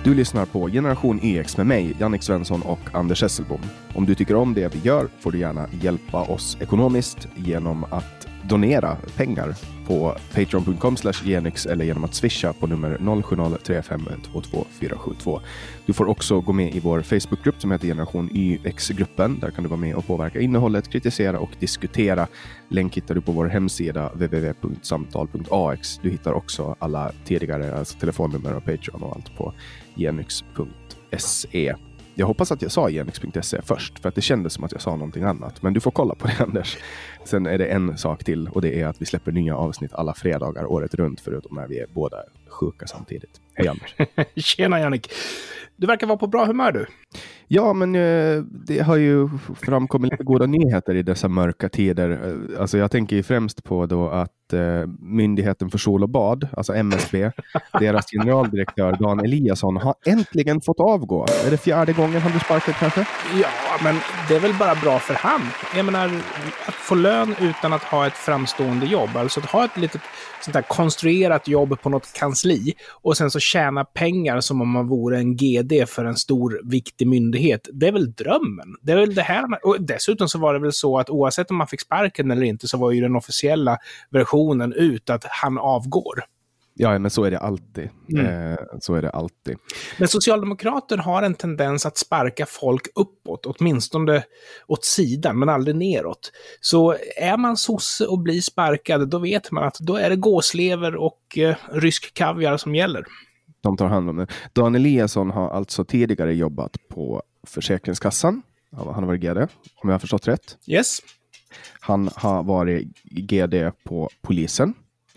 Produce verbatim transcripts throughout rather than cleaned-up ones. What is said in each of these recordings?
Du lyssnar på Generation Y X med mig, Jannik Svensson och Anders Hesselbom. Om du tycker om det vi gör får du gärna hjälpa oss ekonomiskt genom att donera pengar på patreon punkt com slash genix eller genom att swisha på nummer noll sju noll tre fem två två fyra sju två. Du får också gå med i vår Facebookgrupp som heter Generation Y X-gruppen. Där kan du vara med och påverka innehållet, kritisera och diskutera. Länk hittar du på vår hemsida w w w punkt samtal punkt a x. Du hittar också alla tidigare alltså telefonnummer och Patreon och allt på genix punkt se. Jag hoppas att jag sa genix punkt se först, för att det kändes som att jag sa någonting annat. Men du får kolla på det, Anders. Sen är det en sak till, och det är att vi släpper nya avsnitt alla fredagar året runt, förutom när vi är båda sjuka samtidigt. Hej Anders. Tjena Jannik. Du verkar vara på bra humör du. Ja, men eh, det har ju framkommit lite goda nyheter i dessa mörka tider. Alltså jag tänker ju främst på då att eh, Myndigheten för sol och bad, alltså M S B, deras generaldirektör Dan Eliasson har äntligen fått avgå. Är det fjärde gången han blir sparkad kanske? Ja, men det är väl bara bra för han. Jag menar, att få lön utan att ha ett framstående jobb. Alltså att ha ett litet sånt där konstruerat jobb på något kansli och sen så tjäna pengar som om man vore en G D för en stor, viktig myndighet. Det är väl drömmen. Det är väl det här. Och dessutom så var det väl så att oavsett om man fick sparken eller inte så var ju den officiella versionen ut att han avgår. Ja, men så är det alltid. Mm. Eh, så är det alltid. Men socialdemokrater har en tendens att sparka folk uppåt, åtminstone åt sidan, men aldrig neråt. Så är man sosse och blir sparkad, då vet man att då är det gåslever och eh, rysk kaviar som gäller. De tar hand om det. Dan Eliasson har alltså tidigare jobbat på Försäkringskassan. Han har varit G D, om jag har förstått rätt. Yes. Han har varit G D på polisen,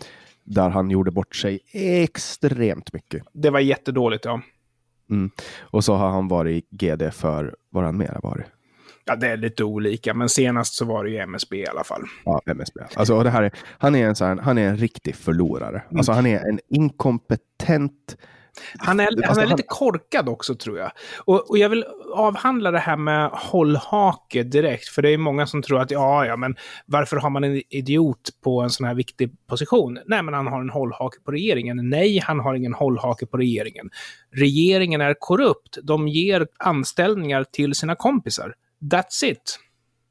där han gjorde bort sig extremt mycket. Det var jättedåligt, ja. Mm. Och så har han varit G D för vad han mera varit. Ja, det är lite olika, men senast så var det ju M S B i alla fall. Ja, M S B. Alltså, och det här är, han, är en sån här, han är en riktig förlorare. Mm. Alltså han är en inkompetent... Han är, alltså, han är han... lite korkad också, tror jag. Och, och jag vill avhandla det här med hållhake direkt. För det är många som tror att ja, ja, men varför har man en idiot på en sån här viktig position? Nej, men han har en hållhake på regeringen. Nej, han har ingen hållhake på regeringen. Regeringen är korrupt. De ger anställningar till sina kompisar. That's it.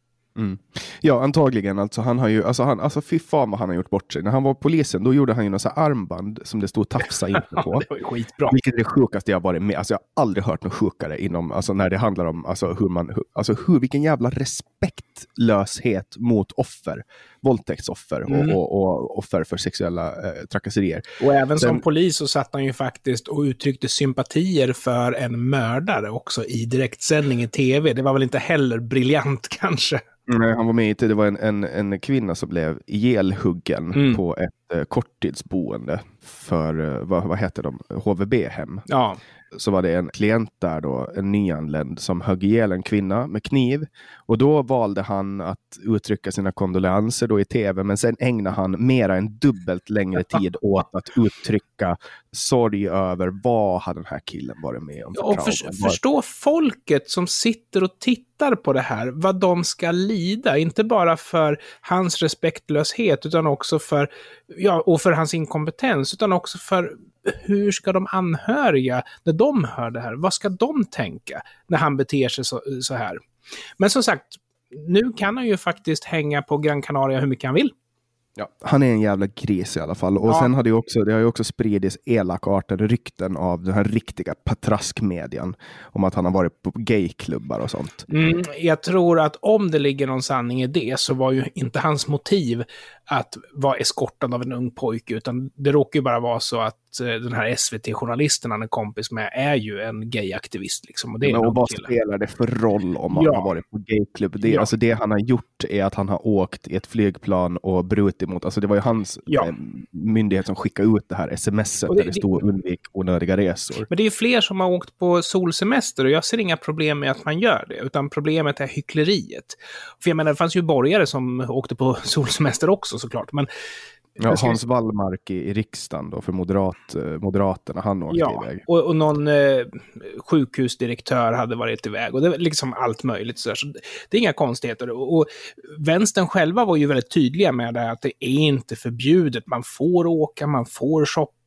Mm. Ja, antagligen. Alltså, han har ju, alltså, han, alltså fy fan vad han har gjort bort sig. När han var polisen, då gjorde han ju någon så här armband som det stod tafsa inte på. Det var ju skitbra. Vilket är det sjukaste jag varit med. Alltså, jag har aldrig hört något sjukare inom, alltså, när det handlar om alltså, hur man, alltså, hur, vilken jävla respektlöshet mot offer. Våldtäktsoffer mm. och, och, och offer för sexuella eh, trakasserier. Och även Sen, som polis så satt han ju faktiskt och uttryckte sympatier för en mördare också i direktsändning i tv. Det var väl inte heller briljant kanske. Nej, han var med i det. Det var en, en, en kvinna som blev ihjälhuggen mm. på ett eh, korttidsboende för, eh, vad, vad heter de? H V B-hem. Ja. Så var det en klient där då, en nyanländ, som högg ihjäl en kvinna med kniv. Och då valde han att uttrycka sina kondolenser då i tv, men sen ägnade han mera än dubbelt längre tid åt att uttrycka sorg över vad hade den här killen varit med om. Och för, förstå folket som sitter och tittar på det här, vad de ska lida, inte bara för hans respektlöshet utan också för, ja, och för hans inkompetens, utan också för hur ska de anhöriga när de hör det här? Vad ska de tänka när han beter sig så, så här? Men som sagt, nu kan han ju faktiskt hänga på Gran Canaria hur mycket han vill. Ja, han är en jävla gris i alla fall. Och ja. Sen har det ju också, det har ju också spridits elakartade rykten av den här riktiga patraskmedian om att han har varit på gayklubbar och sånt. Mm, jag tror att om det ligger någon sanning i det så var ju inte hans motiv att vara eskortad av en ung pojke, utan det råkar ju bara vara så att den här S V T-journalisten han är kompis med är ju en gayaktivist liksom. Och, det är och vad kille. Spelar det för roll om han ja. har varit på gayklubb? Det, ja. alltså det han har gjort är att han har åkt i ett flygplan och brutit mot, alltså det var ju hans ja. eh, myndighet som skickade ut det här smset det, där det stod undvik onödiga resor. Men det är ju fler som har åkt på solsemester och jag ser inga problem med att man gör det, utan problemet är hyckleriet. För jag menar, det fanns ju borgare som åkte på solsemester också såklart, men ja, Hans Wallmark i, i riksdagen då för moderat, eh, Moderaterna, han åkte ja, iväg. Och, och någon eh, sjukhusdirektör hade varit iväg och det var liksom allt möjligt. Så, så det är inga konstigheter. Och, och vänstern själva var ju väldigt tydliga med det, att det är inte förbjudet. Man får åka, man får shoppa,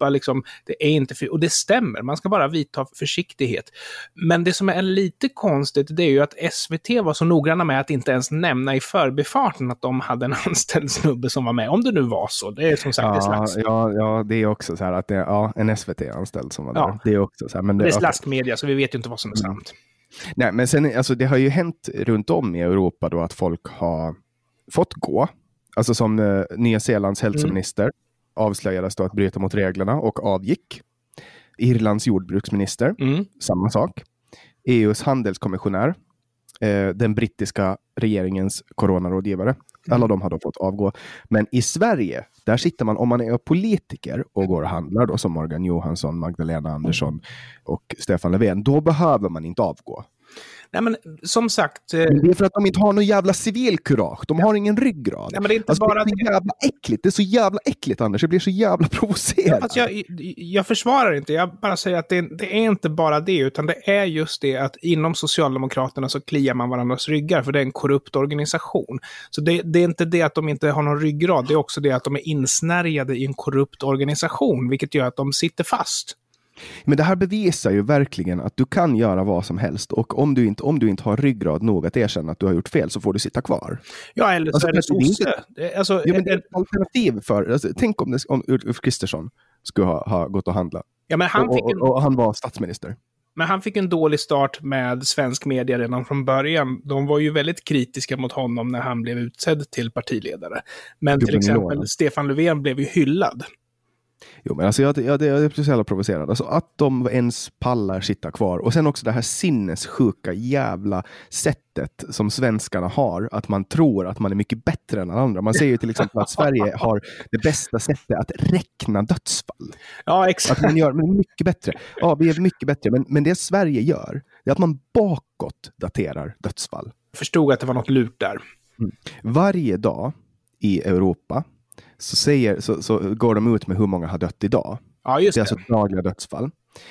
Europa liksom, det är inte för, och det stämmer, man ska bara vidta försiktighet. Men det som är lite konstigt, det är ju att S V T var så noggranna med att inte ens nämna i förbifarten att de hade en anställd snubbe som var med, om det nu var så. Det är som sagt ja, det slags. Ja, ja, det är också så här att det är ja, en S V T-anställd som var ja. där. Det är också så här, men det, det är okay. slaskmedia, så vi vet ju inte vad som är sant. Mm. Nej, men sen, alltså, det har ju hänt runt om i Europa då att folk har fått gå. Alltså som uh, Nya Zeelands hälsominister mm. avslöjades då att bryta mot reglerna och avgick. Irlands jordbruksminister, mm. samma sak. E U:s handelskommissionär, eh, den brittiska regeringens coronarådgivare. Mm. Alla de har då fått avgå. Men i Sverige, där sitter man, om man är politiker och går och handlar då, som Morgan Johansson, Magdalena Andersson och Stefan Löfven, då behöver man inte avgå. Nej, men som sagt... Eh... Det är för att de inte har någon jävla civilkurage. De har ingen ryggrad. Nej, men det är inte alltså, bara... det är så jävla äckligt. Det är så jävla äckligt, Anders. Det blir så jävla provocerande. Alltså jag, jag försvarar inte. Jag bara säger att det, det är inte bara det, utan det är just det att inom Socialdemokraterna så kliar man varandras ryggar, för det är en korrupt organisation. Så det, det är inte det att de inte har någon ryggrad. Det är också det att de är insnärjade i en korrupt organisation, vilket gör att de sitter fast. Men det här bevisar ju verkligen att du kan göra vad som helst, och om du inte, om du inte har ryggrad nog att erkänna att du har gjort fel, så får du sitta kvar. Ja, eller så alltså, är det sosse. Det, alltså, ja, men det är ett alternativ för... Alltså, tänk om, det, om Ulf Kristersson skulle ha, ha gått och handla. Ja, men han och, fick en... och, och han var statsminister. Men han fick en dålig start med svensk media redan från början. De var ju väldigt kritiska mot honom när han blev utsedd till partiledare. Men du till exempel låna. Stefan Löfven blev ju hyllad. Jo, men alltså jag, jag, jag är precis jävla provocerad. Alltså att de ens pallar sitta kvar. Och sen också det här sinnessjuka jävla sättet som svenskarna har. Att man tror att man är mycket bättre än alla andra. Man säger ju till exempel att Sverige har det bästa sättet att räkna dödsfall. Ja, exakt. Att man gör men mycket bättre. Ja, vi är mycket bättre. Men, men det Sverige gör, det är att man bakåt daterar dödsfall. Jag förstod att det var något lurt där. Mm. Varje dag i Europa Så, säger, så, så går de ut med hur många har dött idag. Ja, just det är det. alltså dagliga dödsfall.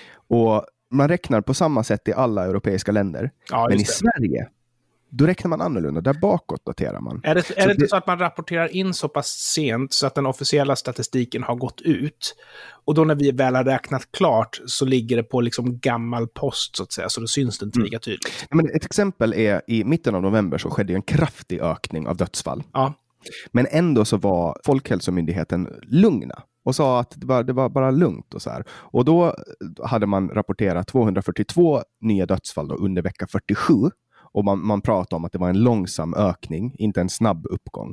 Och man räknar på samma sätt i alla europeiska länder. Ja, men i det. Sverige, då räknar man annorlunda. Där bakåt daterar man. Är det, är så det inte det... så att man rapporterar in så pass sent så att den officiella statistiken har gått ut? Och då när vi väl har räknat klart så ligger det på liksom gammal post så att säga. Så då syns det inte lika tydligt. Mm. Men ett exempel är i mitten av november så skedde en kraftig ökning av dödsfall. Ja. Men ändå så var Folkhälsomyndigheten lugna och sa att det var, det var bara lugnt och så här. Och då hade man rapporterat tvåhundrafyrtiotvå nya dödsfall då under vecka fyrtiosju. Och man, man pratade om att det var en långsam ökning, inte en snabb uppgång.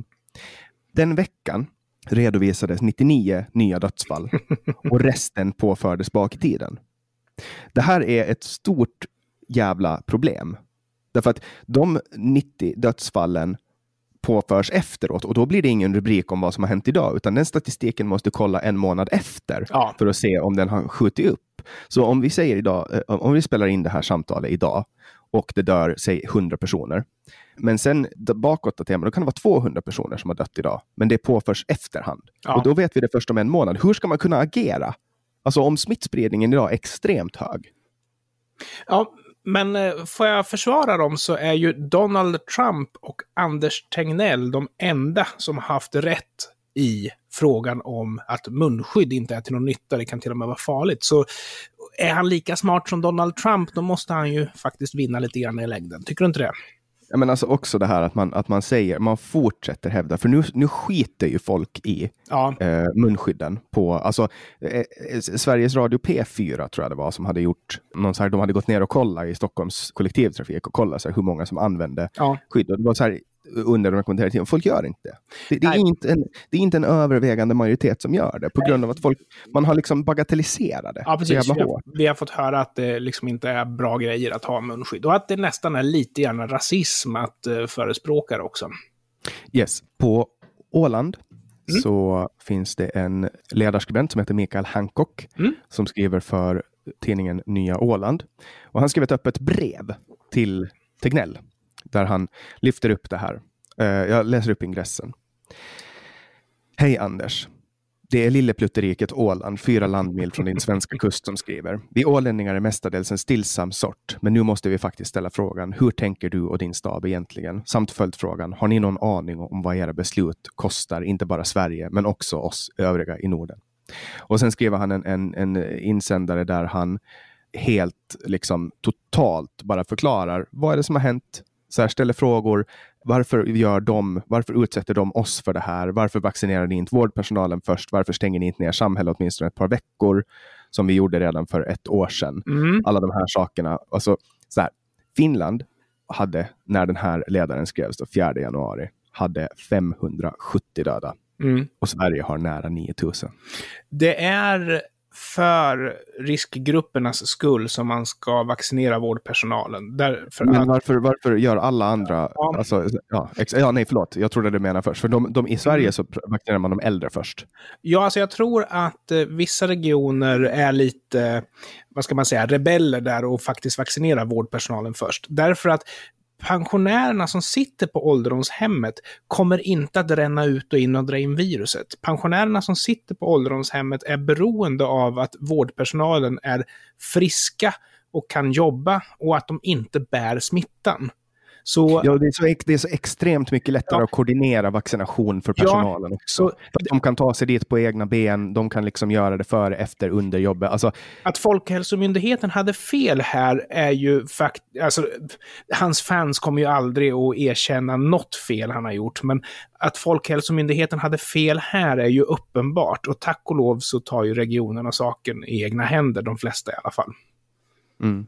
Den veckan redovisades nittionio nya dödsfall och resten påfördes bak i tiden. Det här är ett stort jävla problem. Därför att de nittio dödsfallen påförs efteråt, och då blir det ingen rubrik om vad som har hänt idag, utan den statistiken måste kolla en månad efter ja. för att se om den har skjutit upp. Så om vi säger idag, om vi spelar in det här samtalet idag och det dör, säg hundra personer, men sen bakåt då kan det vara tvåhundra personer som har dött idag, men det påförs efterhand. Ja. Och då vet vi det först om en månad. Hur ska man kunna agera? Alltså om smittspridningen idag är extremt hög. Ja, men får jag försvara dem så är ju Donald Trump och Anders Tegnell de enda som har haft rätt i frågan om att munskydd inte är till någon nytta, det kan till och med vara farligt. Så är han lika smart som Donald Trump, då måste han ju faktiskt vinna lite grann i längden. Tycker du inte det? Ja, men alltså också det här att man, att man säger, man fortsätter hävda, för nu, nu skiter ju folk i ja. eh, munskydden på, alltså eh, Sveriges Radio P fyra tror jag det var som hade gjort någon så här, de hade gått ner och kollat i Stockholms kollektivtrafik och kollat så här, hur många som använde ja. skydd, och det var så här under de rekommenderade tiden. Folk gör inte. Det, det, är inte en, det är inte en övervägande majoritet som gör det, på grund av att folk, man har liksom bagatelliserat det. Ja, precis. Vi har, vi har fått höra att det liksom inte är bra grejer att ha munskydd, och att det nästan är lite grann rasism att uh, förespråka också. Yes. På Åland mm. så finns det en ledarskribent som heter Mikael Hancock mm. som skriver för tidningen Nya Åland. Och han skrev ett öppet brev till Tegnell där han lyfter upp det här. Uh, jag läser upp ingressen. Hej Anders. Det är lille plutteriket Åland, fyra landmil från din svenska kust, som skriver. Vi ålänningar är mestadels en stillsam sort, men nu måste vi faktiskt ställa frågan, hur tänker du och din stab egentligen? Samt följdfrågan, har ni någon aning om vad era beslut kostar, inte bara Sverige, men också oss övriga i Norden? Och sen skriver han en, en, en insändare där han helt liksom totalt bara förklarar vad är det som har hänt. Så här, ställer frågor, varför gör de, varför utsätter de oss för det här? Varför vaccinerar ni inte vårdpersonalen först? Varför stänger ni inte ner samhället åtminstone ett par veckor som vi gjorde redan för ett år sedan? Mm. Alla de här sakerna. Alltså, så här, Finland hade, när den här ledaren skrevs då, fjärde januari, hade femhundrasjuttio döda. Mm. Och Sverige har nära nio tusen. Det är för riskgruppernas skull som man ska vaccinera vårdpersonalen. Därför Men att... varför, varför gör alla andra... Ja. Alltså, ja, ex, ja, nej, förlåt. Jag trodde du menar först. För de, de, i Sverige mm. så vaccinerar man de äldre först. Ja, alltså jag tror att eh, vissa regioner är lite, vad ska man säga, rebeller där och faktiskt vaccinerar vårdpersonalen först. Därför att pensionärerna som sitter på ålderdomshemmet kommer inte att ränna ut och in och dra in viruset. Pensionärerna som sitter på ålderdomshemmet är beroende av att vårdpersonalen är friska och kan jobba och att de inte bär smittan. Så, ja, det är, så, det är så extremt mycket lättare ja. att koordinera vaccination för personalen ja, också. Så, för de kan ta sig dit på egna ben, de kan liksom göra det före, efter, under jobbet. Alltså, att Folkhälsomyndigheten hade fel här är ju fakt... Alltså, hans fans kommer ju aldrig att erkänna något fel han har gjort, men att Folkhälsomyndigheten hade fel här är ju uppenbart. Och tack och lov så tar ju regionerna saken i egna händer, de flesta i alla fall. Mm.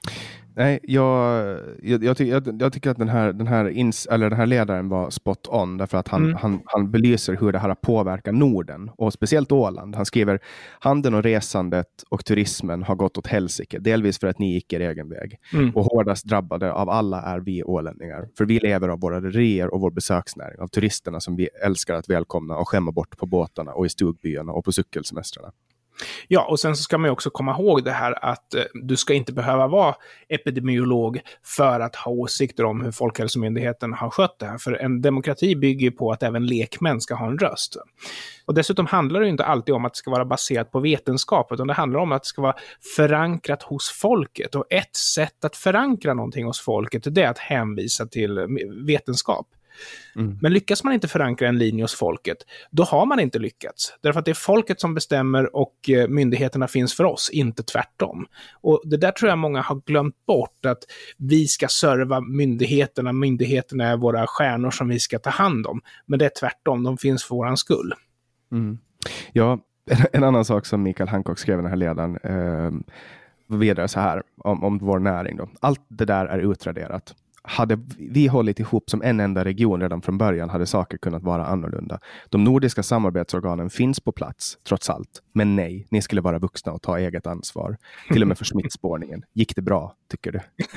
Nej, jag, jag, jag, ty, jag, jag tycker att den här, den, här ins, eller den här ledaren var spot on därför att han, mm. han, han belyser hur det här har påverkat Norden och speciellt Åland. Han skriver, handeln och resandet och turismen har gått åt helsike, delvis för att ni gick er egen väg. Mm. Och hårdast drabbade av alla är vi ålänningar. För vi lever av våra rederier och vår besöksnäring, av turisterna som vi älskar att välkomna och skämma bort på båtarna och i stugbyarna och på cykelsemestrarna. Ja, och sen så ska man ju också komma ihåg det här att eh, du ska inte behöva vara epidemiolog för att ha åsikter om hur Folkhälsomyndigheten har skött det här. För en demokrati bygger på att även lekmän ska ha en röst. Och dessutom handlar det ju inte alltid om att det ska vara baserat på vetenskap, utan det handlar om att det ska vara förankrat hos folket. Och ett sätt att förankra någonting hos folket, det är att hänvisa till vetenskap. Mm. Men lyckas man inte förankra en linje hos folket, då har man inte lyckats. Därför att det är folket som bestämmer och myndigheterna finns för oss, inte tvärtom. Och det där tror jag många har glömt bort, att vi ska serva myndigheterna. Myndigheterna är våra stjärnor som vi ska ta hand om. Men det är tvärtom, de finns för våran skull. Mm. Ja, en annan sak som Mikael Hancock skrev i den här ledaren eh, vidare så här om, om vår näring då. Allt det där är utraderat. Hade vi hållit ihop som en enda region redan från början hade saker kunnat vara annorlunda. De nordiska samarbetsorganen finns på plats, trots allt. Men nej, ni skulle vara vuxna och ta eget ansvar. Till och med för smittspårningen. Gick det bra, tycker du?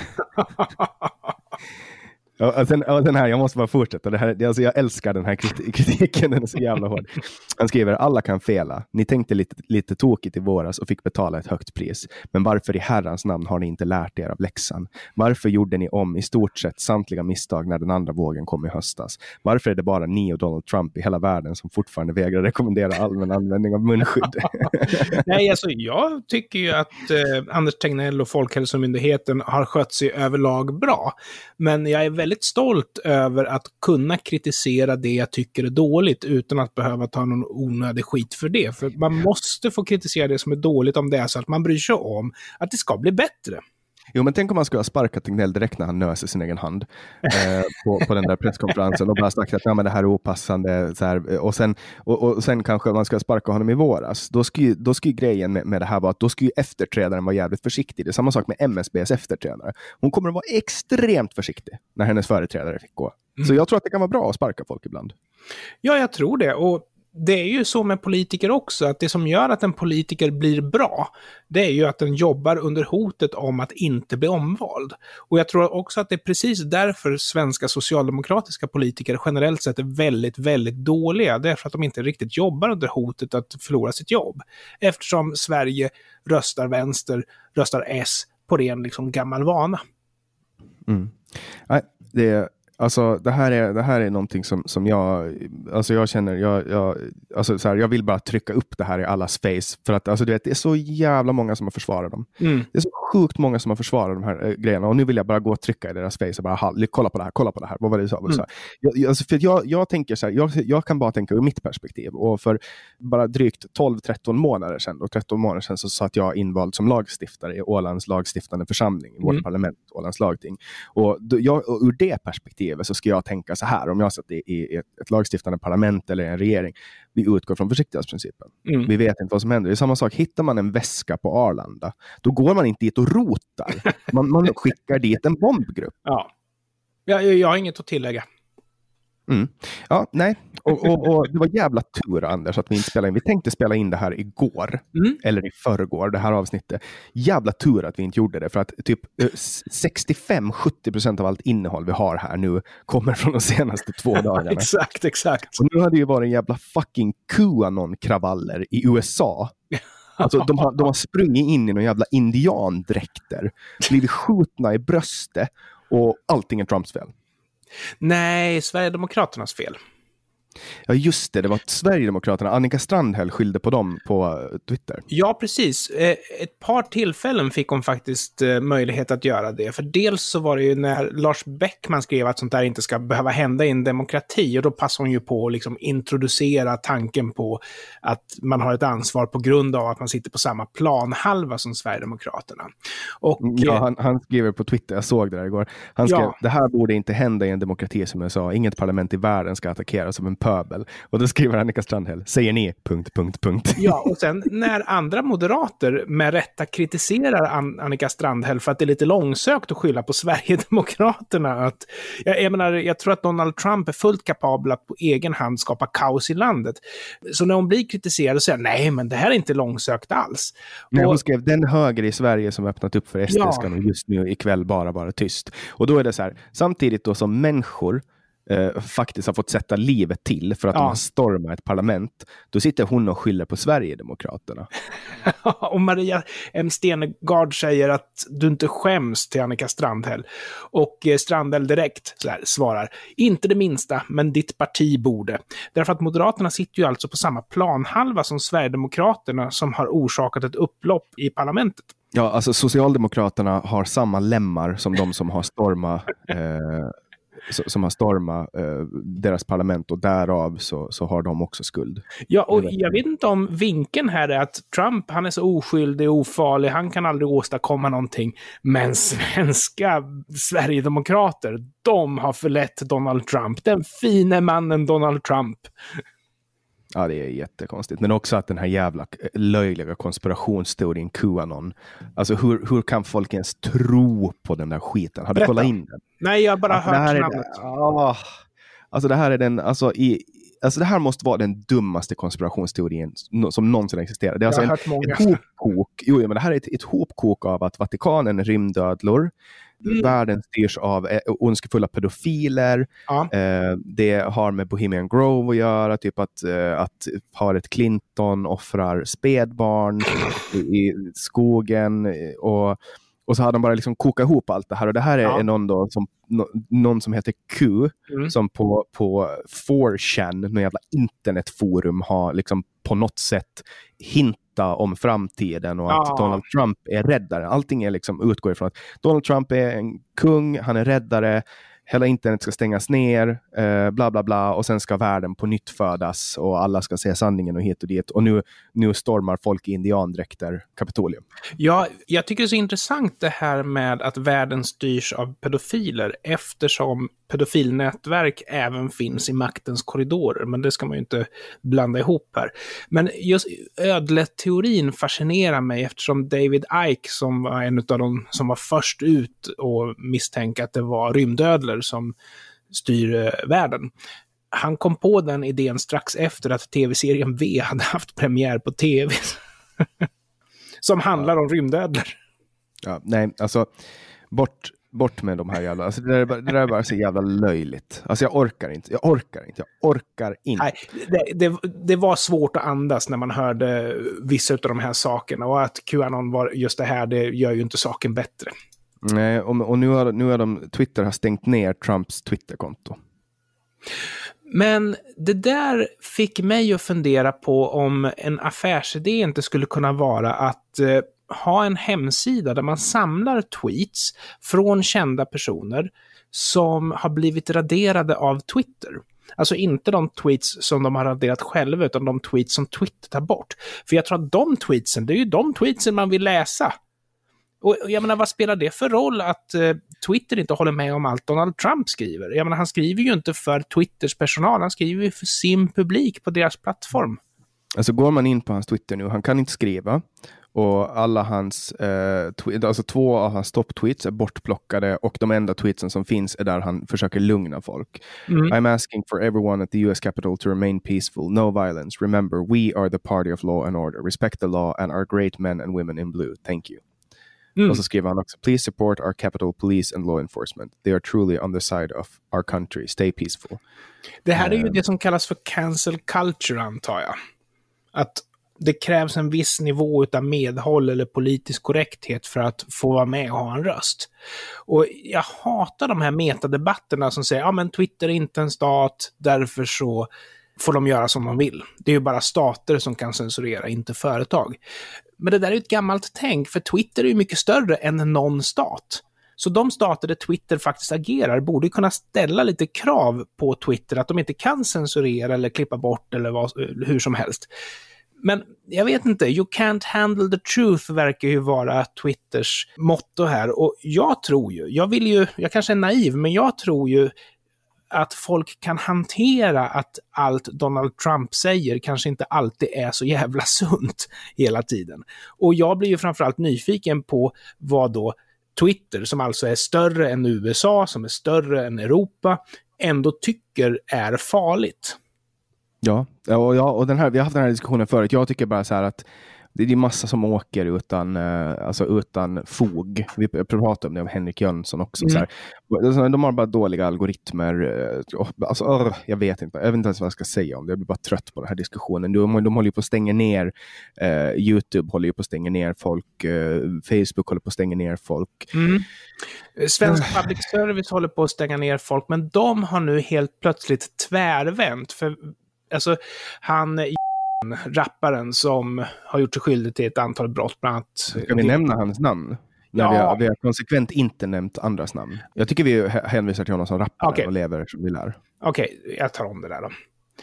Och sen, och den här, jag måste bara fortsätta. Det här, alltså jag älskar den här kritiken, den är så jävla hård. Han skriver, alla kan fela. Ni tänkte lite, lite tokigt i våras och fick betala ett högt pris. Men varför i herrans namn har ni inte lärt er av läxan? Varför gjorde ni om i stort sett samtliga misstag när den andra vågen kom i höstas? Varför är det bara ni och Donald Trump i hela världen som fortfarande vägrar rekommendera allmän användning av munskydd? Nej, alltså jag tycker ju att eh, Anders Tegnell och Folkhälsomyndigheten har skött sig överlag bra. Men jag är väldigt stolt över att kunna kritisera det jag tycker är dåligt utan att behöva ta någon onödig skit för det. För man måste få kritisera det som är dåligt om det är så att man bryr sig om att det ska bli bättre. Jo, men tänk om man skulle ha sparkat Tegnell direkt när han nöser sin egen hand eh, på, på den där presskonferensen och bara sagt att ja, men det här är opassande. Så här, och, sen, och, och sen kanske man ska sparka honom i våras. Då skulle, då skulle grejen med, med det här vara att då skulle efterträdaren vara jävligt försiktig. Det är samma sak med M S B:s efterträdare. Hon kommer att vara extremt försiktig när hennes företrädare fick gå. Mm. Så jag tror att det kan vara bra att sparka folk ibland. Ja, jag tror det. Och det är ju så med politiker också, att det som gör att en politiker blir bra, det är ju att den jobbar under hotet om att inte bli omvald. Och jag tror också att det är precis därför svenska socialdemokratiska politiker generellt sett är väldigt, väldigt dåliga. Det är för att de inte riktigt jobbar under hotet att förlora sitt jobb. Eftersom Sverige röstar vänster, röstar S på ren liksom gammal vana. Mm. Nej, det är Alltså det här är, det här är någonting som, som jag, alltså jag känner, jag, jag, alltså så här, jag vill bara trycka upp det här i allas face. För att alltså, du vet, det är så jävla många som har försvarat dem. Mm. Det är så sjukt många som har försvarat de här äh, grejerna. Och nu vill jag bara gå och trycka i deras face och bara, kolla på det här, kolla på det här. Vad var det du sa? Mm. Jag, alltså, för jag, jag tänker så här, jag, jag kan bara tänka ur mitt perspektiv. Och för bara drygt tolv tretton månader sedan, och tretton månader sedan så satt jag invald som lagstiftare i Ålands lagstiftande församling, i vårt mm. parlament, Ålands lagting. Och, då, jag, och ur det perspektivet så ska jag tänka så här, om jag satt i, i ett, ett lagstiftande parlament eller en regering, vi utgår från försiktighetsprincipen. Mm. Vi vet inte vad som händer. Det är samma sak, hittar man en väska på Arlanda, då går man inte dit och rotar. Man, man skickar dit en bombgrupp. Ja, jag, jag har inget att tillägga. Mm. Ja, nej. Och, och, och det var jävla tur, Anders, att vi inte spelade in. Vi tänkte spela in det här igår. Mm. Eller i förrgår, det här avsnittet. Jävla tur att vi inte gjorde det. För att typ sextiofem till sjuttio procent av allt innehåll vi har här nu kommer från de senaste två dagarna. Exakt, exakt. Och nu hade ju varit en jävla fucking QAnon-kravaller i U S A. Alltså, de, har, de har sprungit in i någon jävla indiandräkter. Blivit skjutna i bröstet. Och allting är Trumps fel. Nej, Sverigedemokraternas fel. Ja just det, det var Sverigedemokraterna. Annika Strandhäll skyllde på dem på Twitter. Ja, precis. Ett par tillfällen fick hon faktiskt möjlighet att göra det. För dels så var det ju när Lars Beckman skrev att sånt där inte ska behöva hända i en demokrati. Och då passade hon ju på att liksom introducera tanken på att man har ett ansvar på grund av att man sitter på samma planhalva som Sverigedemokraterna. Och, ja, han, han skriver på Twitter, jag såg det där igår. Han skrev, ja. Det här borde inte hända i en demokrati som jag sa. Inget parlament i världen ska attackeras som en pöbel. Och då skriver Annika Strandhäll, säger ni, punkt, punkt, punkt. Ja, och sen när andra moderater med rätta kritiserar An- Annika Strandhäll för att det är lite långsökt att skylla på Sverigedemokraterna. Att, jag, jag menar, jag tror att Donald Trump är fullt kapabel att på egen hand skapa kaos i landet. Så när hon blir kritiserad så säger nej, men det här är inte långsökt alls. Nej, och, hon skrev, den höger i Sverige som öppnat upp för S D ja. ska nog just nu ikväll bara vara tyst. Och då är det så här, samtidigt då som människor Uh, faktiskt har fått sätta livet till för att ja. de har stormat ett parlament, då sitter hon och skyller på Sverigedemokraterna. Och Maria M. Stenegard säger att du inte skäms till Annika Strandhäll. Och eh, Strandhäll direkt så här, svarar, inte det minsta, men ditt parti borde. Därför att Moderaterna sitter ju alltså på samma planhalva som Sverigedemokraterna som har orsakat ett upplopp i parlamentet. Ja, alltså Socialdemokraterna har samma lemmar som de som har stormat eh, som har stormat eh, deras parlament, och därav så, så har de också skuld. Ja, och jag vet inte om vinkeln här är att Trump, han är så oskyldig och ofarlig, han kan aldrig åstadkomma någonting, men svenska Sverigedemokrater, de har förlett Donald Trump, den fina mannen Donald Trump. Ja, det är jättekonstigt. Men också att den här jävla löjliga konspirationsteorin QAnon. Alltså hur, hur kan folk ens tro på den där skiten? Har du kollat in den? Nej, jag har bara alltså, hört namnet. Oh, alltså det här är den, alltså i, alltså det här måste vara den dummaste konspirationsteorin som någonsin existerar. Det är alltså en, ett hopkok. Jo, men det här är ett, ett hopkok av att Vatikanen är rymdödlor. Mm. Världen styrs av eh, ondskefulla pedofiler. Ja. Eh, det har med Bohemian Grove att göra. Typ att, eh, att paret Clinton offrar spädbarn i, i skogen. Och, och så har de bara liksom kokat ihop allt det här. Och det här är, ja. är någon, då som, no, någon som heter Q. Mm. Som på, på four chan, någon jävla internetforum, har liksom på något sätt hint om framtiden och att ja. Donald Trump är räddare. Allting är liksom utgår ifrån att Donald Trump är en kung, han är räddare, hela internet ska stängas ner, eh, bla bla bla, och sen ska världen på nytt födas och alla ska se sanningen och hit och dit. Och nu, nu stormar folk i indiandräkter Kapitolium. Ja, jag tycker det är så intressant det här med att världen styrs av pedofiler, eftersom pedofilnätverk även finns i maktens korridorer, men det ska man ju inte blanda ihop här. Men just ödleteorin fascinerar mig, eftersom David Icke, som var en av de som var först ut och misstänka att det var rymdödlor som styr eh, världen. Han kom på den idén strax efter att tv-serien V hade haft premiär på tv. Som handlar ja. om rymdödlor. Ja, nej, alltså bort Bort med de här jävla... Alltså det, där är bara, det där är bara så jävla löjligt. Alltså jag orkar inte. Jag orkar inte. Jag orkar inte. Nej, det, det, det var svårt att andas när man hörde vissa av de här sakerna. Och att QAnon var just det här, det gör ju inte saken bättre. Nej, och, och nu har, nu har de, Twitter har stängt ner Trumps Twitterkonto. Men det där fick mig att fundera på om en affärsidé inte skulle kunna vara att eh, ha en hemsida där man samlar tweets från kända personer som har blivit raderade av Twitter. Alltså inte de tweets som de har raderat själva, utan de tweets som Twitter tar bort. För jag tror att de tweetsen, det är ju de tweetsen man vill läsa. Och jag menar, vad spelar det för roll att eh, Twitter inte håller med om allt Donald Trump skriver? Jag menar, han skriver ju inte för Twitters personal, han skriver ju för sin publik på deras plattform. Alltså går man in på hans Twitter nu, han kan inte skriva. Och alla hans, eh, tw- alltså två av hans topptweets är bortplockade och de enda tweetsen som finns är där han försöker lugna folk. Mm. I'm asking for everyone at the U S Capitol to remain peaceful, no violence. Remember, we are the party of law and order. Respect the law and our great men and women in blue. Thank you. Mm. Och så skriver han också, please support our Capitol Police and law enforcement. They are truly on the side of our country. Stay peaceful. Det här är ju det som kallas för cancel culture, antar jag. Att det krävs en viss nivå av medhåll eller politisk korrekthet för att få vara med och ha en röst. Och jag hatar de här metadebatterna som säger, ja men Twitter är inte en stat, därför så får de göra som de vill. Det är ju bara stater som kan censurera, inte företag. Men det där är ett gammalt tänk, för Twitter är ju mycket större än någon stat. Så de stater där Twitter faktiskt agerar borde kunna ställa lite krav på Twitter att de inte kan censurera eller klippa bort eller vad, hur som helst. Men jag vet inte, you can't handle the truth verkar ju vara Twitters motto här. Och jag tror ju, jag vill ju, jag kanske är naiv, men jag tror ju att folk kan hantera att allt Donald Trump säger kanske inte alltid är så jävla sunt hela tiden. Och jag blir ju framförallt nyfiken på vad då Twitter, som alltså är större än U S A, som är större än Europa, ändå tycker är farligt. Ja, och, ja, och den här, vi har haft den här diskussionen förut. Jag tycker bara så här att det är massa som åker utan, alltså utan fog. Vi pratade om det om Henrik Jönsson också. Mm. Så här. De har bara dåliga algoritmer. Alltså, jag vet inte. Jag vet inte ens vad jag ska säga om det. Jag blir bara trött på den här diskussionen. De, de håller ju på att stänga ner. Eh, YouTube håller ju på att stänga ner folk. Eh, Facebook håller på att stänga ner folk. Mm. Svensk public service håller på att stänga ner folk. Men de har nu helt plötsligt tvärvänt. För alltså, han... rapparen som har gjort sig skyldig till ett antal brott, bland annat. Ska vi nämna hans namn? När ja. vi, har, vi har konsekvent inte nämnt andras namn. Jag tycker vi hänvisar till honom som rappare okay. och lever som vi lär. Okej, okay, jag tar om det där då.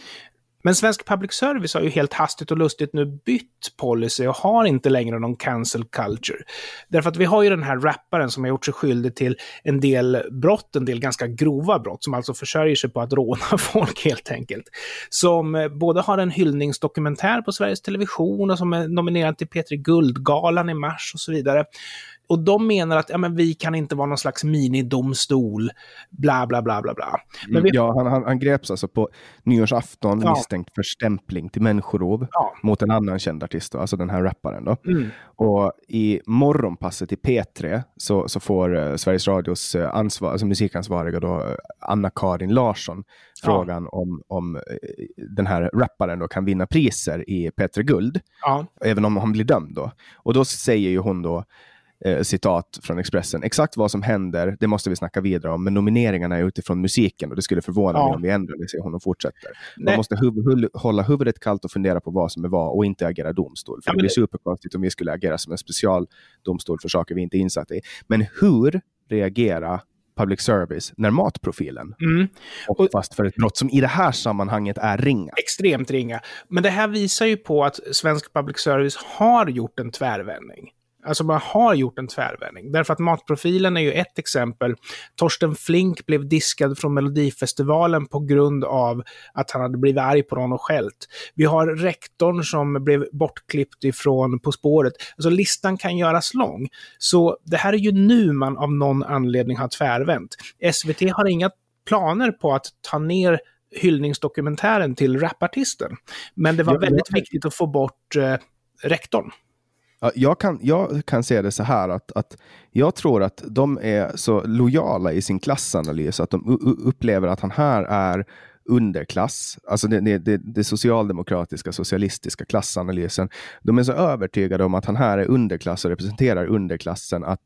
Men svensk public service har ju helt hastigt och lustigt nu bytt policy och har inte längre någon cancel culture. Därför att vi har ju den här rapparen som har gjort sig skyldig till en del brott, en del ganska grova brott, som alltså försörjer sig på att råna folk helt enkelt. Som både har en hyllningsdokumentär på Sveriges Television och som är nominerad till P tre Guldgalan i mars och så vidare. Och de menar att ja, men vi kan inte vara någon slags minidomstol, bla bla bla bla bla. Men vi... Ja, han, han, han greps alltså på nyårsafton ja. misstänkt för stämpling till människorov ja. mot en annan känd artist, då, alltså den här rapparen då. Mm. Och i morgonpasset i P tre så, så får uh, Sveriges Radios uh, ansvar, alltså musikansvariga då, Anna-Karin Larsson frågan ja. om, om uh, den här rapparen då kan vinna priser i P tre Guld, ja. även om han blir dömd då. Och då säger ju hon då Eh, citat från Expressen. Exakt vad som händer, det måste vi snacka vidare om. Men nomineringarna är utifrån musiken och det skulle förvåna ja. mig om vi ändrar det, säger hon och fortsätter. Nej. Man måste huv- huv- hålla huvudet kallt och fundera på vad som är vad och inte agera domstol. För ja, det blir det... superkonstigt om vi skulle agera som en specialdomstol för saker vi inte är insatta i. Men hur reagera public service när matprofilen mm. och fast för ett brott som i det här sammanhanget är ringa. Extremt ringa. Men det här visar ju på att svensk public service har gjort en tvärvändning. Alltså man har gjort en tvärvändning. Därför att matprofilen är ju ett exempel. Torsten Flink blev diskad från Melodifestivalen på grund av att han hade blivit arg på någon och skällt. Vi har rektorn som blev bortklippt ifrån På spåret. Alltså listan kan göras lång. Så det här är ju nu man av någon anledning har tvärvänt. S V T har inga planer på att ta ner hyllningsdokumentären till rapartisten. Men det var väldigt viktigt att få bort eh, rektorn. Jag kan, jag kan säga det så här att, att jag tror att de är så lojala i sin klassanalys att de u- upplever att han här är underklass, alltså det, det, det socialdemokratiska, socialistiska klassanalysen. De är så övertygade om att han här är underklass och representerar underklassen att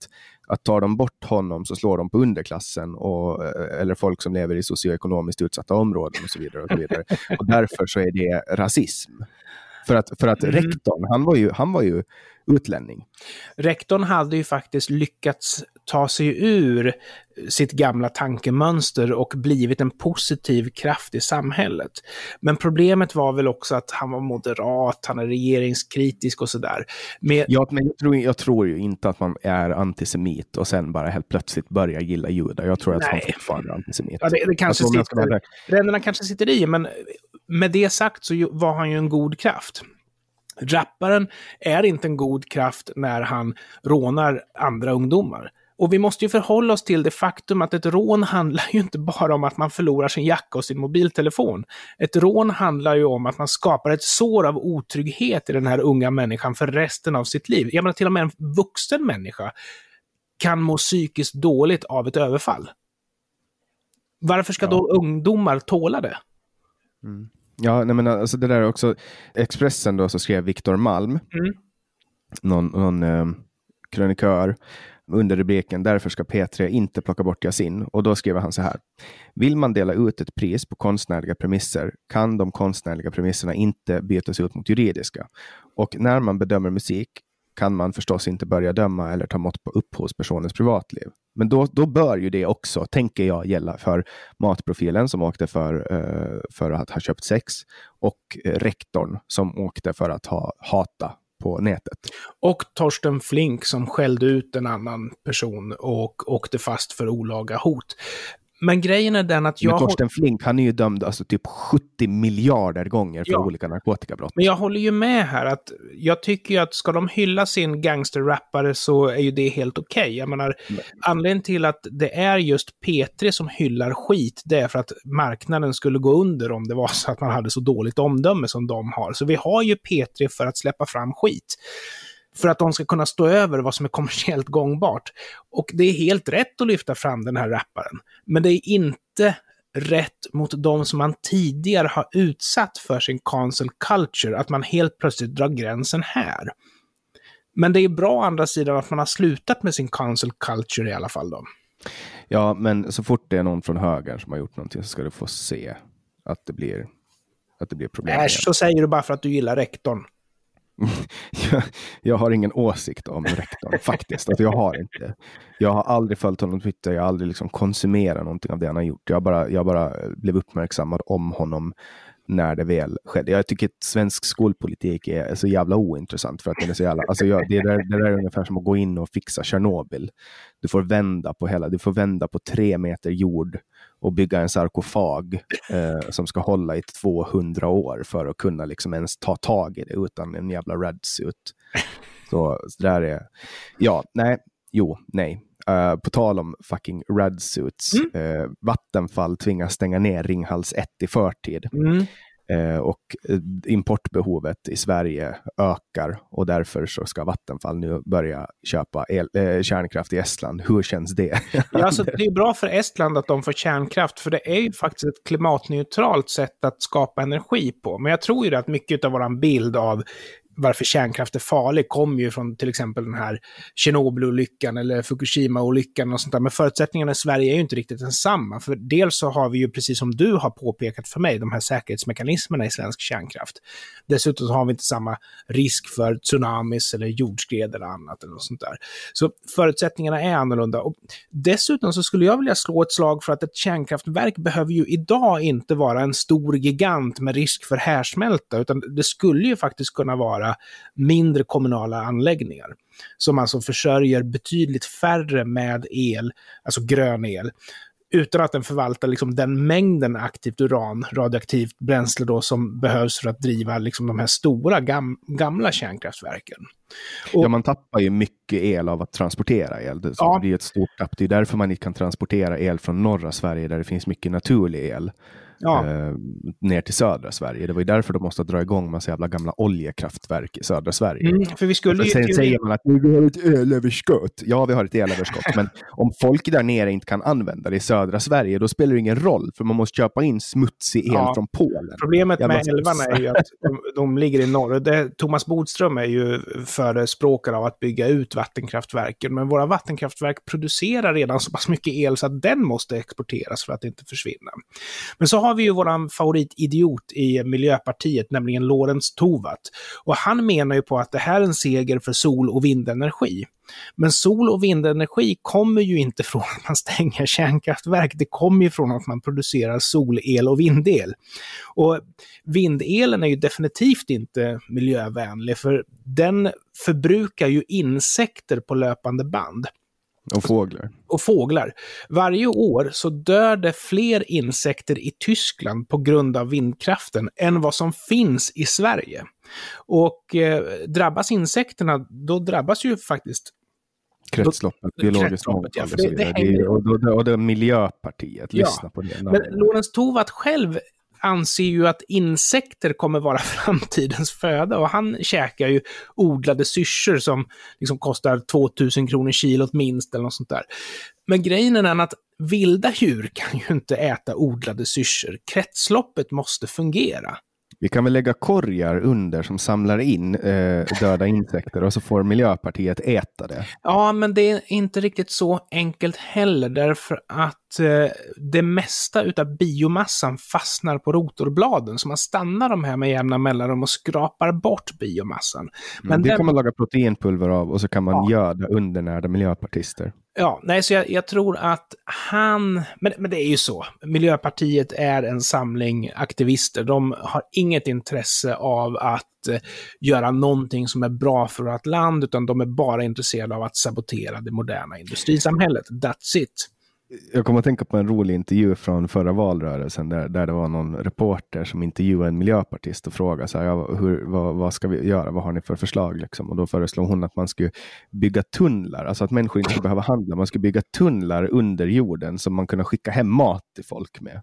att tar de bort honom så slår de på underklassen och, eller folk som lever i socioekonomiskt utsatta områden och så vidare. Och, så vidare. Och därför så är det rasism. För att, för att mm. rektorn, han var ju, han var ju utlänning. Rektorn hade ju faktiskt lyckats ta sig ur sitt gamla tankemönster och blivit en positiv kraft i samhället. Men problemet var väl också att han var moderat, han är regeringskritisk och sådär. Men... Ja, men jag tror, jag tror ju inte att man är antisemit och sen bara helt plötsligt börjar gilla judar. Jag tror att Nej. han fortfarande är antisemit. Ja, det, det kanske sitter, ränderna kanske sitter i, men med det sagt så var han ju en god kraft. Rapparen är inte en god kraft när han rånar andra ungdomar. Och vi måste ju förhålla oss till det faktum att ett rån handlar ju inte bara om att man förlorar sin jacka och sin mobiltelefon. Ett rån handlar ju om att man skapar ett sår av otrygghet i den här unga människan för resten av sitt liv. Jag menar, till och med en vuxen människa kan må psykiskt dåligt av ett överfall. Varför ska ja. då ungdomar tåla det? Mm. Ja, nej men alltså det där är också Expressen då, så skrev Viktor Malm, mm. någon, någon eh, krönikör, under rubriken "Därför ska P tre inte plocka bort Yasin", och då skriver han så här: vill man dela ut ett pris på konstnärliga premisser kan de konstnärliga premisserna inte bytas ut mot juridiska, och när man bedömer musik kan man förstås inte börja döma eller ta mått på upphovspersonens privatliv. Men då, då bör ju det också, tänker jag, gälla för matprofilen som åkte för, uh, för att ha köpt sex, och uh, rektorn som åkte för att ha hata på nätet. Och Torsten Flink som skällde ut en annan person och åkte fast för olaga hot. Men grejen är den att jag... Men Torsten Flink, han är ju dömd alltså typ sjuttio miljarder gånger för ja. olika narkotikabrott. Men jag håller ju med här att jag tycker ju att ska de hylla sin gangsterrappare så är ju det helt okej. Okay. Jag menar, Nej. anledningen till att det är just P tre som hyllar skit, det är för att marknaden skulle gå under om det var så att man hade så dåligt omdöme som de har. Så vi har ju P tre för att släppa fram skit. För att de ska kunna stå över vad som är kommersiellt gångbart. Och det är helt rätt att lyfta fram den här rapparen. Men det är inte rätt mot de som man tidigare har utsatt för sin cancel culture. Att man helt plötsligt drar gränsen här. Men det är bra å andra sidan att man har slutat med sin cancel culture i alla fall då. Ja, men så fort det är någon från höger som har gjort någonting så ska du få se att det blir, att det blir problem. Äsch, så säger du bara för att du gillar rektorn. jag, jag har ingen åsikt om rektorn faktiskt. Alltså jag har inte. Jag har aldrig följt honom på Twitter. Jag har aldrig liksom konsumerat någonting av det han har gjort. Jag bara, jag bara blev uppmärksammad om honom när det väl skedde. Jag tycker att svensk skolpolitik är så jävla ointressant för att den är så jävla... Alltså jag, det, där, det där är ungefär som att gå in och fixa Tjernobyl. Du får vända på hela... Du får vända på tre meter jord och bygga en sarkofag eh, som ska hålla i tvåhundra år för att kunna liksom ens ta tag i det utan en jävla redsuit. Så, så där är... Ja, nej. Jo, nej. Uh, på tal om fucking redsuits. Mm. Uh, Vattenfall tvingas stänga ner Ringhals ett i förtid. Mm. Uh, och uh, importbehovet i Sverige ökar. Och därför så ska Vattenfall nu börja köpa el, uh, kärnkraft i Estland. Hur känns det? Ja, alltså, det är bra för Estland att de får kärnkraft. För det är ju faktiskt ett klimatneutralt sätt att skapa energi på. Men jag tror ju att mycket av våran bild av varför kärnkraft är farlig kommer ju från till exempel den här Tjernobyl-olyckan eller Fukushima-olyckan och sånt där. Men förutsättningarna i Sverige är ju inte riktigt densamma. För dels så har vi ju, precis som du har påpekat för mig, de här säkerhetsmekanismerna i svensk kärnkraft. Dessutom så har vi inte samma risk för tsunamis eller jordskred eller annat eller något sånt där. Så förutsättningarna är annorlunda. Och dessutom så skulle jag vilja slå ett slag för att ett kärnkraftverk behöver ju idag inte vara en stor gigant med risk för härsmälta, utan det skulle ju faktiskt kunna vara mindre kommunala anläggningar som alltså försörjer betydligt färre med el, alltså grön el, utan att den förvaltar liksom den mängden aktivt uran, radioaktivt bränsle då, som behövs för att driva liksom de här stora gam- gamla kärnkraftverken. Och, ja, man tappar ju mycket el av att transportera el. Det, ja. det blir ett stort tapp. Det är därför man inte kan transportera el från norra Sverige där det finns mycket naturlig el. ja. eh, ner till södra Sverige. Det var ju därför de måste dra igång massa jävla gamla oljekraftverk i södra Sverige. Mm, för vi skulle för ju sen till... säger man att vi har ett elöverskott. Ja, vi har ett elöverskott. Men om folk där nere inte kan använda det i södra Sverige, då spelar det ingen roll. För man måste köpa in smutsig el ja. från Polen. Problemet jävla med älvarna är ju att de, de ligger i norr. Det, Thomas Bodström är ju förespråkare av att bygga ut vattenkraftverken. Men våra vattenkraftverk producerar redan så pass mycket el så att den måste exporteras för att inte försvinna. Men så har vi ju våran favoritidiot i Miljöpartiet, nämligen Lorentz Tovatt. Och han menar ju på att det här är en seger för sol- och vindenergi. Men sol- och vindenergi kommer ju inte från att man stänger kärnkraftverk. Det kommer ju från att man producerar solel och vindel. Och vindelen är ju definitivt inte miljövänlig, för den förbrukar ju insekter på löpande band. Och fåglar. Och fåglar. Varje år så dör det fler insekter i Tyskland på grund av vindkraften än vad som finns i Sverige. Och eh, drabbas insekterna, då drabbas ju faktiskt kretsloppet, biologiskt mångfald ja, och så vidare. Det, det, det, och, och, och det är Miljöpartiet, ja. Lyssna på det. Men Lorentz Tovatt själv anser ju att insekter kommer vara framtidens föda, och han käkar ju odlade syrsor som liksom kostar tvåtusen kronor kilot minst eller något sånt där. Men grejen är att vilda djur kan ju inte äta odlade syrsor. Kretsloppet måste fungera. Vi kan väl lägga korgar under som samlar in eh, döda insekter och så får Miljöpartiet äta det. Ja, men det är inte riktigt så enkelt heller, därför att eh, det mesta utav biomassan fastnar på rotorbladen, så man stannar de här med jämna mellanrum och skrapar bort biomassan. Men, men det där... kan man laga proteinpulver av och så kan man ja. göda undernärda miljöpartister. Ja, nej, så jag, jag tror att han... Men, men det är ju så. Miljöpartiet är en samling aktivister. De har inget intresse av att eh, göra någonting som är bra för vårt land, utan de är bara intresserade av att sabotera det moderna industrisamhället. That's it. Jag kommer att tänka på en rolig intervju från förra valrörelsen där, där det var någon reporter som intervjuade en miljöpartist och frågade så här, ja, hur, vad, vad ska vi göra, vad har ni för förslag liksom? Och då föreslog hon att man skulle bygga tunnlar, alltså att människor inte ska behöva handla, man ska bygga tunnlar under jorden som man kunde skicka hem mat till folk med.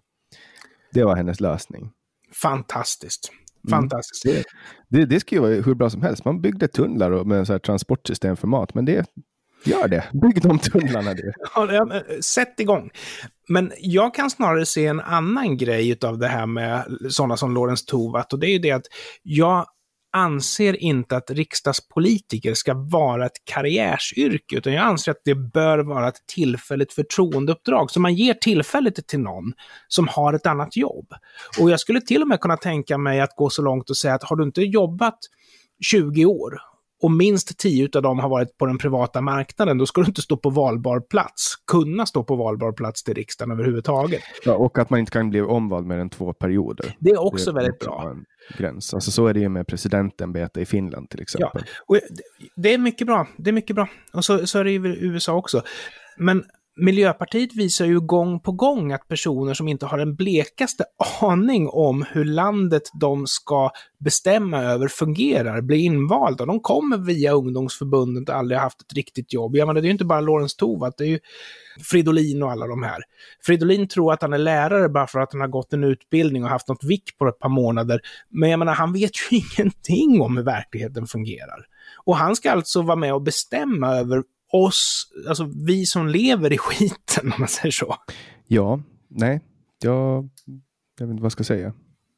Det var hennes lösning. Fantastiskt. Fantastiskt. Mm. Det, det, det ska ju vara hur bra som helst. Man byggde tunnlar med så här transportsystem för mat, men det gör det. Bygg de tunnlarna det. Ja, sätt igång. Men jag kan snarare se en annan grej av det här med sådana som Lorentz Tovatt, och det är ju det att jag anser inte att riksdagspolitiker ska vara ett karriärsyrke, utan jag anser att det bör vara ett tillfälligt förtroendeuppdrag. Så man ger tillfället till någon som har ett annat jobb. Och jag skulle till och med kunna tänka mig att gå så långt och säga att har du inte jobbat tjugo år och minst tio av dem har varit på den privata marknaden, då ska du inte stå på valbar plats. Kunna stå på valbar plats till riksdagen överhuvudtaget. Ja, och att man inte kan bli omvald mer än två perioder. Det är också det är väldigt också bra. En gräns. Alltså så är det ju med presidentämbete i Finland till exempel. Ja, och det är mycket bra. Det är mycket bra. Och så, så är det i U S A också. Men Miljöpartiet visar ju gång på gång att personer som inte har en blekaste aning om hur landet de ska bestämma över fungerar, blir invalda. De kommer via ungdomsförbundet och aldrig haft ett riktigt jobb. Jag menar, det är ju inte bara Lorentz Tovatt, det är ju Fridolin och alla de här. Fridolin tror att han är lärare bara för att han har gått en utbildning och haft något vick på ett par månader. Men jag menar, han vet ju ingenting om hur verkligheten fungerar. Och han ska alltså vara med och bestämma över oss, alltså vi som lever i skiten, om man säger så. Ja, nej, jag, jag vet inte vad jag ska säga.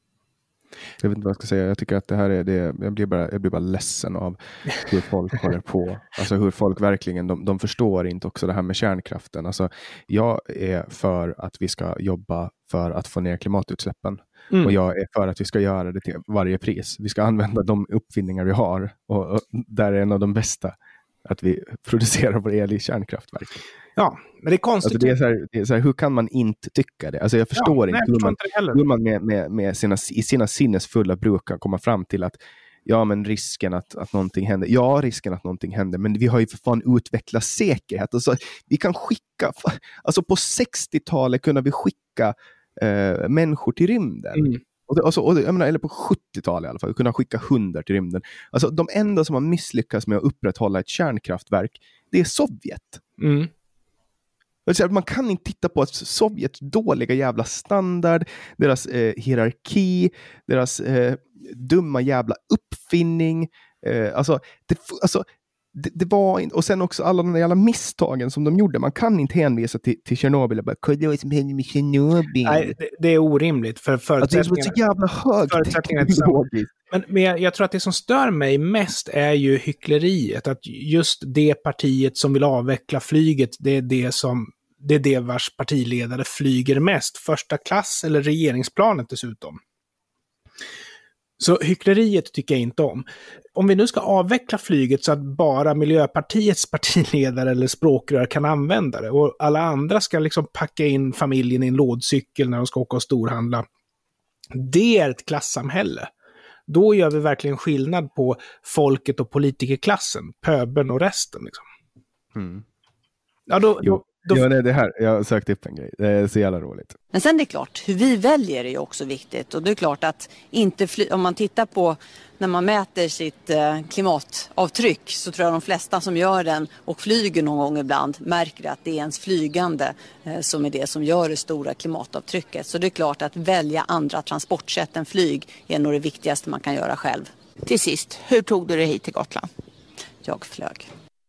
Jag vet inte vad jag ska säga. Jag tycker att det här är det, jag blir bara, jag blir bara ledsen av hur folk håller på. Alltså hur folk verkligen, de, de förstår inte också det här med kärnkraften. Alltså jag är för att vi ska jobba för att få ner klimatutsläppen. Mm. Och jag är för att vi ska göra det till varje pris. Vi ska använda de uppfinningar vi har. Och, och där är en av de bästa att vi producerar vår el i kärnkraftverk. Ja, men det är konstigt. Alltså det är så här, det är så här, hur kan man inte tycka det? Alltså jag förstår ja, inte hur man, hur man med, med, med sina, i sina sinnesfulla bruk kan komma fram till att ja, men risken att, att någonting händer. Ja, risken att någonting händer. Men vi har ju för fan utvecklat säkerhet. Alltså, vi kan skicka, alltså på sextiotalet kunde vi skicka eh, människor till rymden. Mm. Och det, alltså, och det, jag menar, eller på sjuttiotalet i alla fall, kunna skicka hundar till rymden. Alltså de enda som har misslyckats med att upprätthålla ett kärnkraftverk, det är Sovjet. Mm. Man kan inte titta på att Sovjets dåliga jävla standard, deras eh, hierarki, deras eh, dumma jävla uppfinning. Eh, alltså, det, alltså det, det var inte, och sen också alla de jävla misstagen som de gjorde. Man kan inte hänvisa till, till Tjernobyl och bara, kolla vad som hände med Tjernobyl. Nej, det, det är orimligt för förutsättningarna. Alltså, det är så jävla hög förutsättningarna. Men, men jag, jag tror att det som stör mig mest är ju hyckleriet. Att just det partiet som vill avveckla flyget, det är det som det är det vars partiledare flyger mest. Första klass eller regeringsplanet dessutom. Så hyckleriet tycker jag inte om. Om vi nu ska avveckla flyget så att bara Miljöpartiets partiledare eller språkrör kan använda det och alla andra ska liksom packa in familjen i en lådcykel när de ska åka och storhandla. Det är ett klassamhälle. Då gör vi verkligen skillnad på folket och politikerklassen, pöbeln och resten. Liksom. Mm. Ja, då... då Då... Ja, det är det här. Jag har sökt upp en grej. Det är så jävla roligt. Men sen det är klart, hur vi väljer är ju också viktigt. Och det är klart att inte fly- om man tittar på när man mäter sitt eh, klimatavtryck så tror jag de flesta som gör den och flyger någon gång ibland märker att det är ens flygande eh, som är det som gör det stora klimatavtrycket. Så det är klart att välja andra transportsätt än flyg är nog det viktigaste man kan göra själv. Till sist, hur tog du dig hit till Gotland? Jag flög.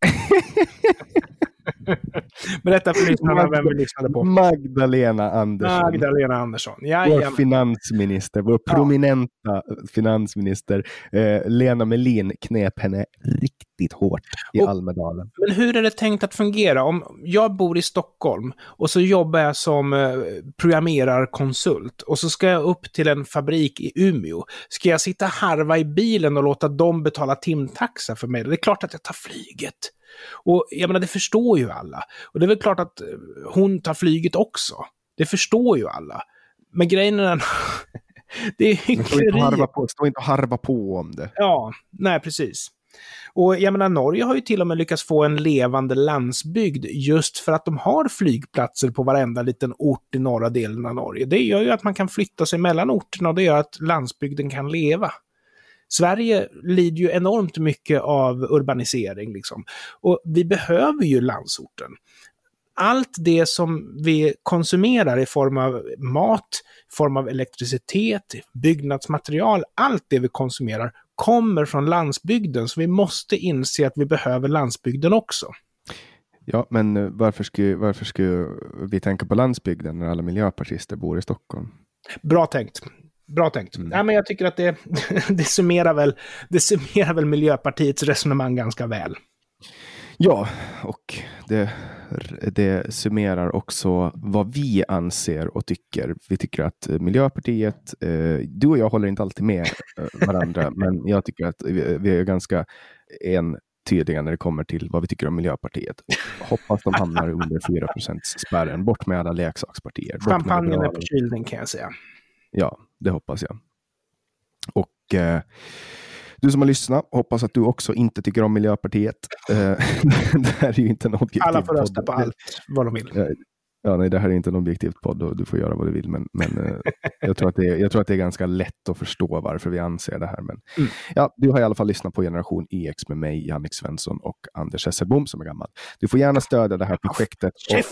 Berätta för lyssnarna vem vi lyssnade på. Magdalena Andersson. Magdalena Andersson. Vår finansminister, vår ja. prominenta finansminister eh, Lena Melin knep henne riktigt hårt i och, Almedalen. Men hur är det tänkt att fungera? Om jag bor i Stockholm och så jobbar jag som eh, programmerarkonsult och så ska jag upp till en fabrik i Umeå. Ska jag sitta harva i bilen och låta dem betala timtaxa för mig? Det är klart att jag tar flyget. Och jag menar, det förstår ju alla. Och det är väl klart att hon tar flyget också. Det förstår ju alla. Men grejen är den... det är hyckleri. Stå inte och harva på om det. Ja, nej precis. Och jag menar, Norge har ju till och med lyckats få en levande landsbygd just för att de har flygplatser på varenda liten ort i norra delen av Norge. Det gör ju att man kan flytta sig mellan orterna och det gör att landsbygden kan leva. Sverige lider ju enormt mycket av urbanisering liksom. Och vi behöver ju landsorten. Allt det som vi konsumerar i form av mat, i form av elektricitet, byggnadsmaterial, allt det vi konsumerar kommer från landsbygden. Så vi måste inse att vi behöver landsbygden också. Ja, men varför ska, varför ska vi tänka på landsbygden när alla miljöpartister bor i Stockholm? Bra tänkt. Bra tänkt. Mm. Ja, men jag tycker att det, det, summerar väl, det summerar väl Miljöpartiets resonemang ganska väl. Ja, och det, det summerar också vad vi anser och tycker. Vi tycker att Miljöpartiet, eh, du och jag håller inte alltid med varandra, men jag tycker att vi, vi är ganska entydiga när det kommer till vad vi tycker om Miljöpartiet. Och hoppas de hamnar under fyra procent spärren. Bort med alla leksakspartier. Champagnen är på kylning kan jag säga. Ja, det hoppas jag. Och eh, du som har lyssnat, hoppas att du också inte tycker om Miljöpartiet. Eh, det här är ju inte en objektiv alla får rösta podd. På allt vad de vill. Eh, ja, nej, det här är inte en objektiv podd och du får göra vad du vill. Men, men eh, jag, tror att det är, jag tror att det är ganska lätt att förstå varför vi anser det här. Men mm. ja, du har i alla fall lyssnat på Generation Y X med mig, Jannik Svensson och Anders Hesselbom som är gammal. Du får gärna stödja det här projektet.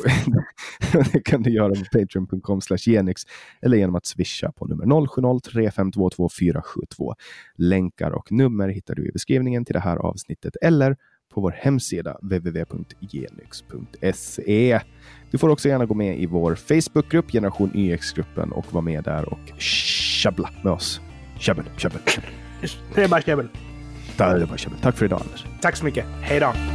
Och det kan du göra på patreon punkt com slash genix eller genom att swisha på nummer noll sju noll tre fem två två fyra sju två. Länkar och nummer hittar du i beskrivningen till det här avsnittet eller på vår hemsida w w w punkt genix punkt se. Du får också gärna gå med i vår Facebookgrupp, Generation Y X-gruppen, och vara med där och tjabbla med oss. Tjabbel, tjabbel. Det är bara tjabbel. Det är bara tjabbel. Tack för idag, Anders. Tack så mycket. Hej då.